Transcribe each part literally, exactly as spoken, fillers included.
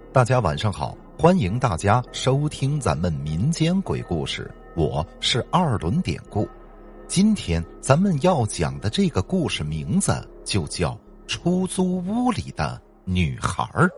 大家晚上好，欢迎大家收听咱们民间鬼故事，我是二轮典故。今天咱们要讲的这个故事名字就叫出租屋里的女孩儿。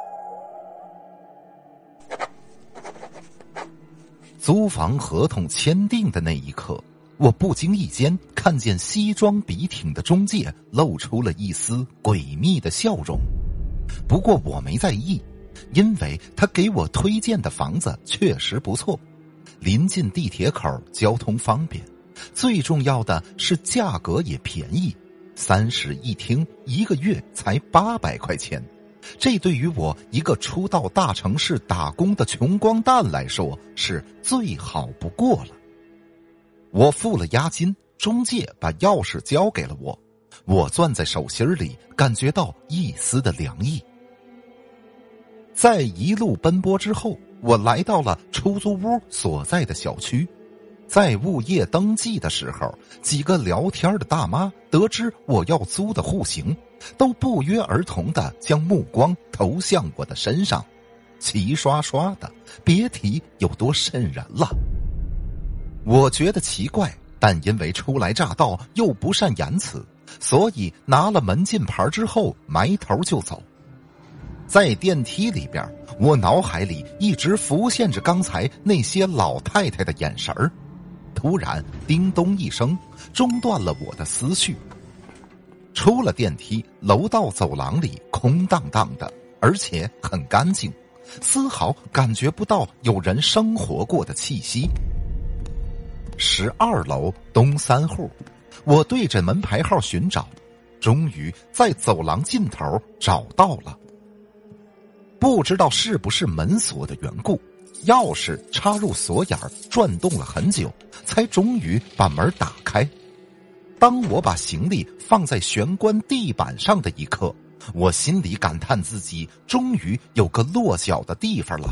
租房合同签订的那一刻，我不经意间看见西装笔挺的中介露出了一丝诡秘的笑容。不过我没在意，因为他给我推荐的房子确实不错，临近地铁口，交通方便，最重要的是价格也便宜，三室一厅，一个月才八百块钱。这对于我一个初到大城市打工的穷光蛋来说是最好不过了。我付了押金，中介把钥匙交给了我，我攥在手心里，感觉到一丝的凉意。在一路奔波之后，我来到了出租屋所在的小区。在物业登记的时候，几个聊天的大妈得知我要租的户型，都不约而同地将目光投向我的身上，齐刷刷的，别提有多瘆人了。我觉得奇怪，但因为初来乍到又不善言辞，所以拿了门禁牌之后埋头就走。在电梯里边，我脑海里一直浮现着刚才那些老太太的眼神儿。突然叮咚一声，中断了我的思绪。出了电梯，楼道走廊里空荡荡的，而且很干净，丝毫感觉不到有人生活过的气息。十二楼东三户，我对着门牌号寻找，终于在走廊尽头找到了。不知道是不是门锁的缘故，钥匙插入锁眼，转动了很久，才终于把门打开。当我把行李放在玄关地板上的一刻，我心里感叹自己终于有个落脚的地方了。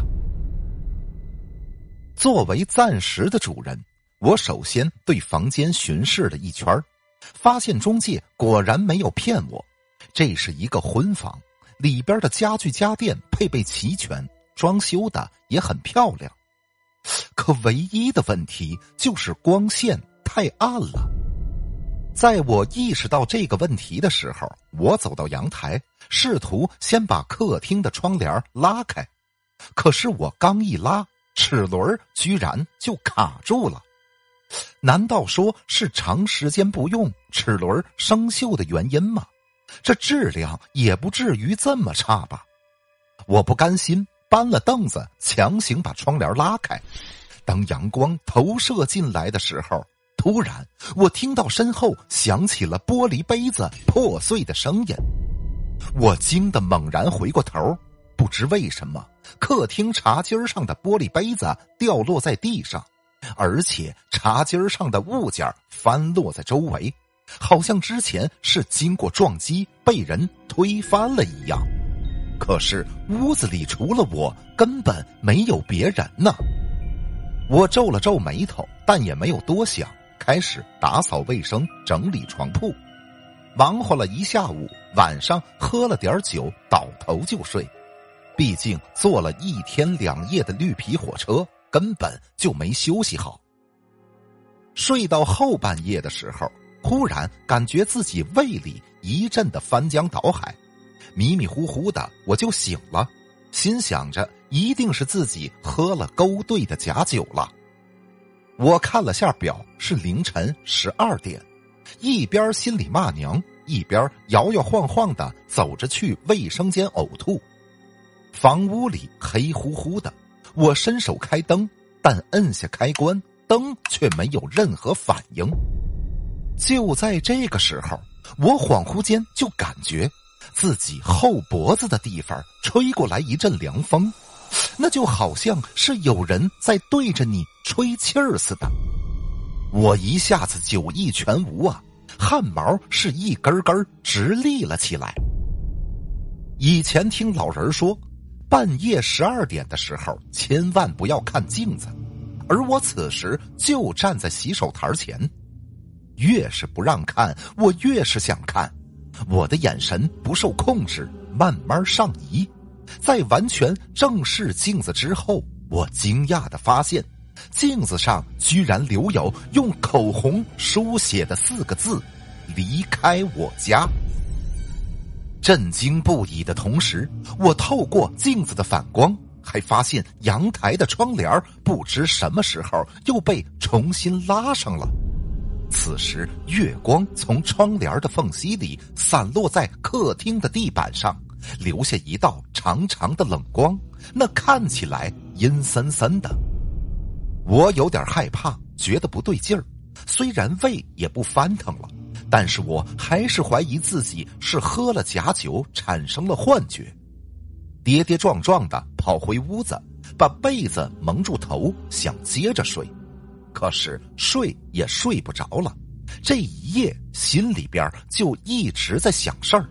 作为暂时的主人，我首先对房间巡视了一圈，发现中介果然没有骗我，这是一个婚房，里边的家具家电配备齐全，装修的也很漂亮。可唯一的问题就是光线太暗了。在我意识到这个问题的时候，我走到阳台，试图先把客厅的窗帘拉开。可是我刚一拉，齿轮居然就卡住了。难道说是长时间不用，齿轮生锈的原因吗？这质量也不至于这么差吧？我不甘心，搬了凳子，强行把窗帘拉开。当阳光投射进来的时候，突然我听到身后响起了玻璃杯子破碎的声音。我惊得猛然回过头，不知为什么，客厅茶几上的玻璃杯子掉落在地上，而且茶几上的物件翻落在周围，好像之前是经过撞击被人推翻了一样。可是屋子里除了我根本没有别人呢。我皱了皱眉头，但也没有多想，开始打扫卫生，整理床铺。忙活了一下午，晚上喝了点酒，倒头就睡。毕竟坐了一天两夜的绿皮火车，根本就没休息好。睡到后半夜的时候，忽然感觉自己胃里一阵的翻江倒海，迷迷糊糊的我就醒了，心想着一定是自己喝了勾兑的假酒了。我看了下表，是凌晨十二点，一边心里骂娘，一边摇摇晃晃的走着去卫生间呕吐。房屋里黑乎乎的，我伸手开灯，但摁下开关，灯却没有任何反应。就在这个时候，我恍惚间就感觉自己后脖子的地方吹过来一阵凉风，那就好像是有人在对着你吹气儿似的。我一下子酒意全无啊，汗毛是一根根直立了起来。以前听老人说，半夜十二点的时候千万不要看镜子，而我此时就站在洗手台前，越是不让看，我越是想看。我的眼神不受控制，慢慢上移， 在完全正视镜子之后，我惊讶地发现，镜子上居然留有用口红书写的四个字：离开我家。震惊不已的同时，我透过镜子的反光，还发现阳台的窗帘不知什么时候又被重新拉上了。此时月光从窗帘的缝隙里散落在客厅的地板上，留下一道长长的冷光，那看起来阴森森的。我有点害怕，觉得不对劲儿，虽然胃也不翻腾了，但是我还是怀疑自己是喝了假酒产生了幻觉。跌跌撞撞的跑回屋子，把被子蒙住头，想接着睡，可是睡也睡不着了。这一夜心里边就一直在想事儿。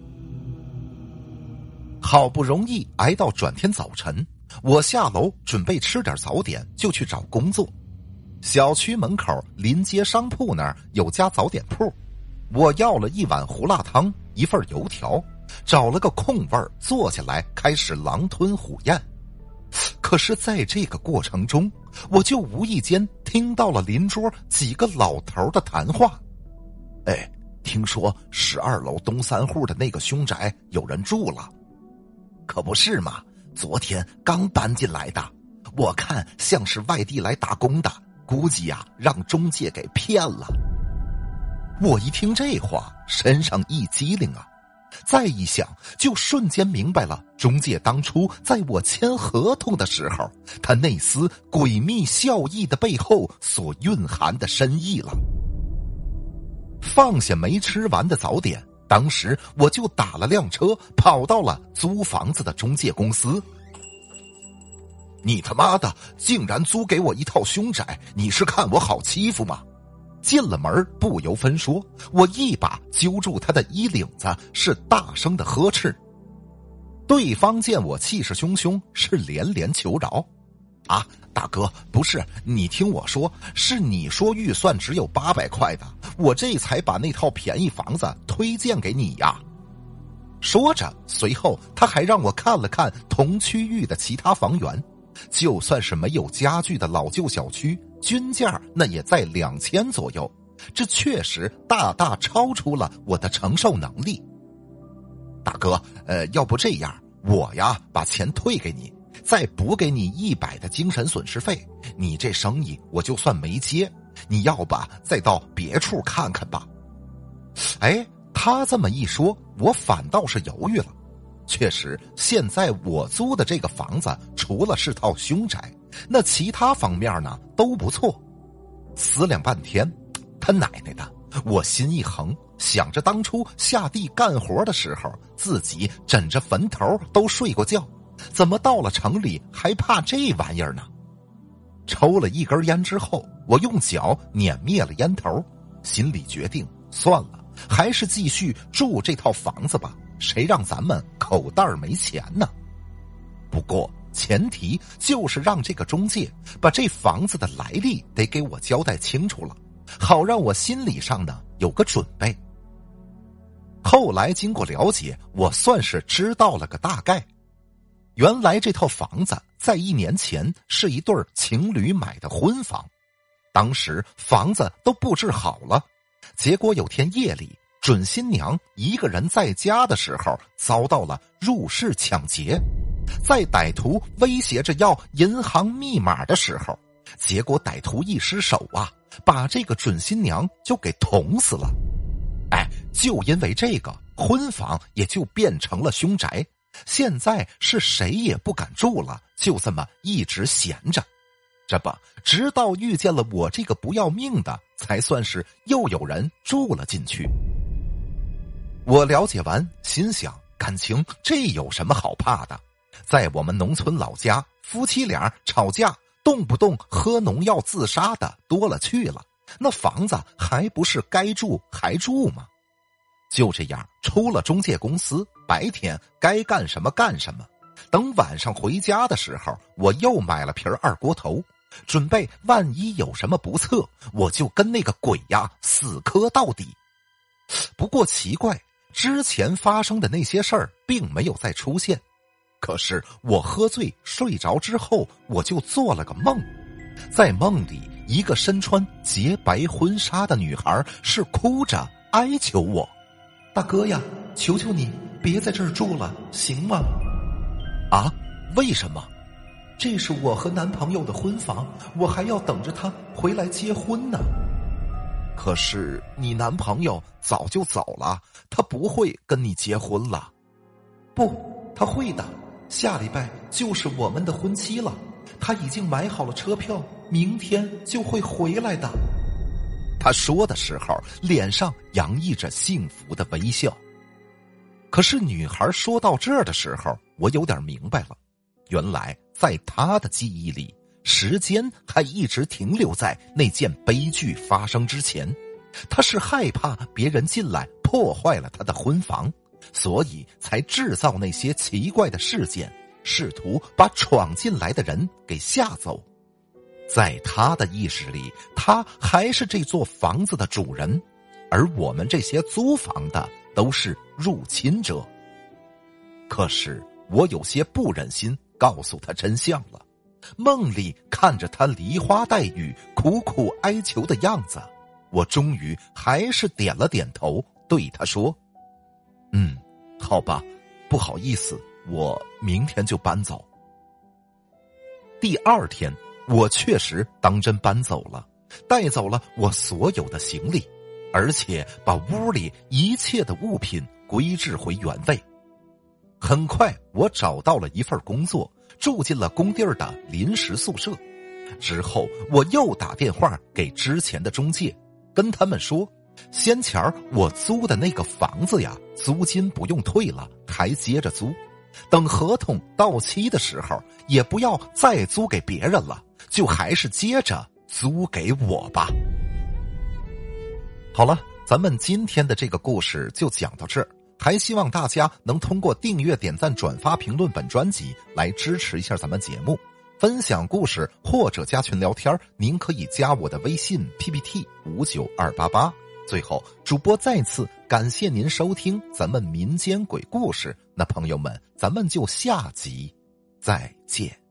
好不容易挨到转天早晨，我下楼准备吃点早点就去找工作。小区门口临街商铺那儿有家早点铺，我要了一碗胡辣汤，一份油条，找了个空位坐下来开始狼吞虎咽。可是在这个过程中，我就无意间听到了邻桌几个老头的谈话。哎，听说十二楼东三户的那个凶宅有人住了。可不是嘛，昨天刚搬进来的，我看像是外地来打工的，估计呀、啊、让中介给骗了。我一听这话，身上一激灵啊，再一想就瞬间明白了中介当初在我签合同的时候，他那丝诡秘笑意的背后所蕴含的深意了。放下没吃完的早点，当时我就打了辆车跑到了租房子的中介公司。你他妈的竟然租给我一套凶宅，你是看我好欺负吗？进了门不由分说，我一把揪住他的衣领子，是大声的呵斥。对方见我气势汹汹，是连连求饶。啊，大哥，不是，你听我说，是你说预算只有八百块的，我这才把那套便宜房子推荐给你呀。说着，随后他还让我看了看同区域的其他房源，就算是没有家具的老旧小区，均价那也在两千左右，这确实大大超出了我的承受能力。大哥，呃，要不这样，我呀把钱退给你，再补给你一百的精神损失费，你这生意我就算没接，你要吧再到别处看看吧。哎，他这么一说，我反倒是犹豫了。确实，现在我租的这个房子除了是套凶宅，那其他方面呢都不错。思量半天，他奶奶的，我心一横，想着当初下地干活的时候，自己枕着坟头都睡过觉，怎么到了城里还怕这玩意儿呢？抽了一根烟之后，我用脚碾灭了烟头，心里决定算了，还是继续住这套房子吧，谁让咱们口袋没钱呢？不过前提就是让这个中介把这房子的来历得给我交代清楚了，好让我心理上呢有个准备。后来经过了解，我算是知道了个大概。原来这套房子在一年前是一对情侣买的婚房，当时房子都布置好了，结果有天夜里，准新娘一个人在家的时候遭到了入室抢劫，在歹徒威胁着要银行密码的时候，结果歹徒一失手啊，把这个准新娘就给捅死了。哎，就因为这个，婚房也就变成了凶宅，现在是谁也不敢住了，就这么一直闲着。这不，直到遇见了我这个不要命的，才算是又有人住了进去。我了解完，心想，感情这有什么好怕的？在我们农村老家，夫妻俩吵架动不动喝农药自杀的多了去了，那房子还不是该住还住吗？就这样出了中介公司，白天该干什么干什么，等晚上回家的时候，我又买了瓶二锅头，准备万一有什么不测，我就跟那个鬼呀死磕到底。不过奇怪，之前发生的那些事儿并没有再出现， 可是我喝醉睡着之后，我就做了个梦，在梦里，一个身穿洁白婚纱的女孩是哭着哀求我：“大哥呀，求求你别在这儿住了，行吗？”啊，为什么？这是我和男朋友的婚房，我还要等着他回来结婚呢。可是你男朋友早就走了，他不会跟你结婚了。不，他会的，下礼拜就是我们的婚期了，他已经买好了车票，明天就会回来的。他说的时候，脸上洋溢着幸福的微笑。可是女孩说到这儿的时候，我有点明白了，原来在她的记忆里，时间还一直停留在那件悲剧发生之前。她是害怕别人进来破坏了她的婚房，所以才制造那些奇怪的事件，试图把闯进来的人给吓走。在她的意识里，她还是这座房子的主人，而我们这些租房的都是入侵者。可是我有些不忍心告诉他真相了，梦里看着他梨花带雨苦苦哀求的样子，我终于还是点了点头，对他说：“嗯，好吧，不好意思，我明天就搬走。”第二天我确实当真搬走了，带走了我所有的行李，而且把屋里一切的物品归置回原位。很快我找到了一份工作，住进了工地儿的临时宿舍。之后我又打电话给之前的中介，跟他们说，先前我租的那个房子呀，租金不用退了，还接着租，等合同到期的时候也不要再租给别人了，就还是接着租给我吧。好了，咱们今天的这个故事就讲到这儿，还希望大家能通过订阅、点赞、转发、评论本专辑来支持一下咱们节目。分享故事或者加群聊天，您可以加我的微信 P P T 五九二八八。最后，主播再次感谢您收听咱们民间鬼故事，那朋友们，咱们就下集再见。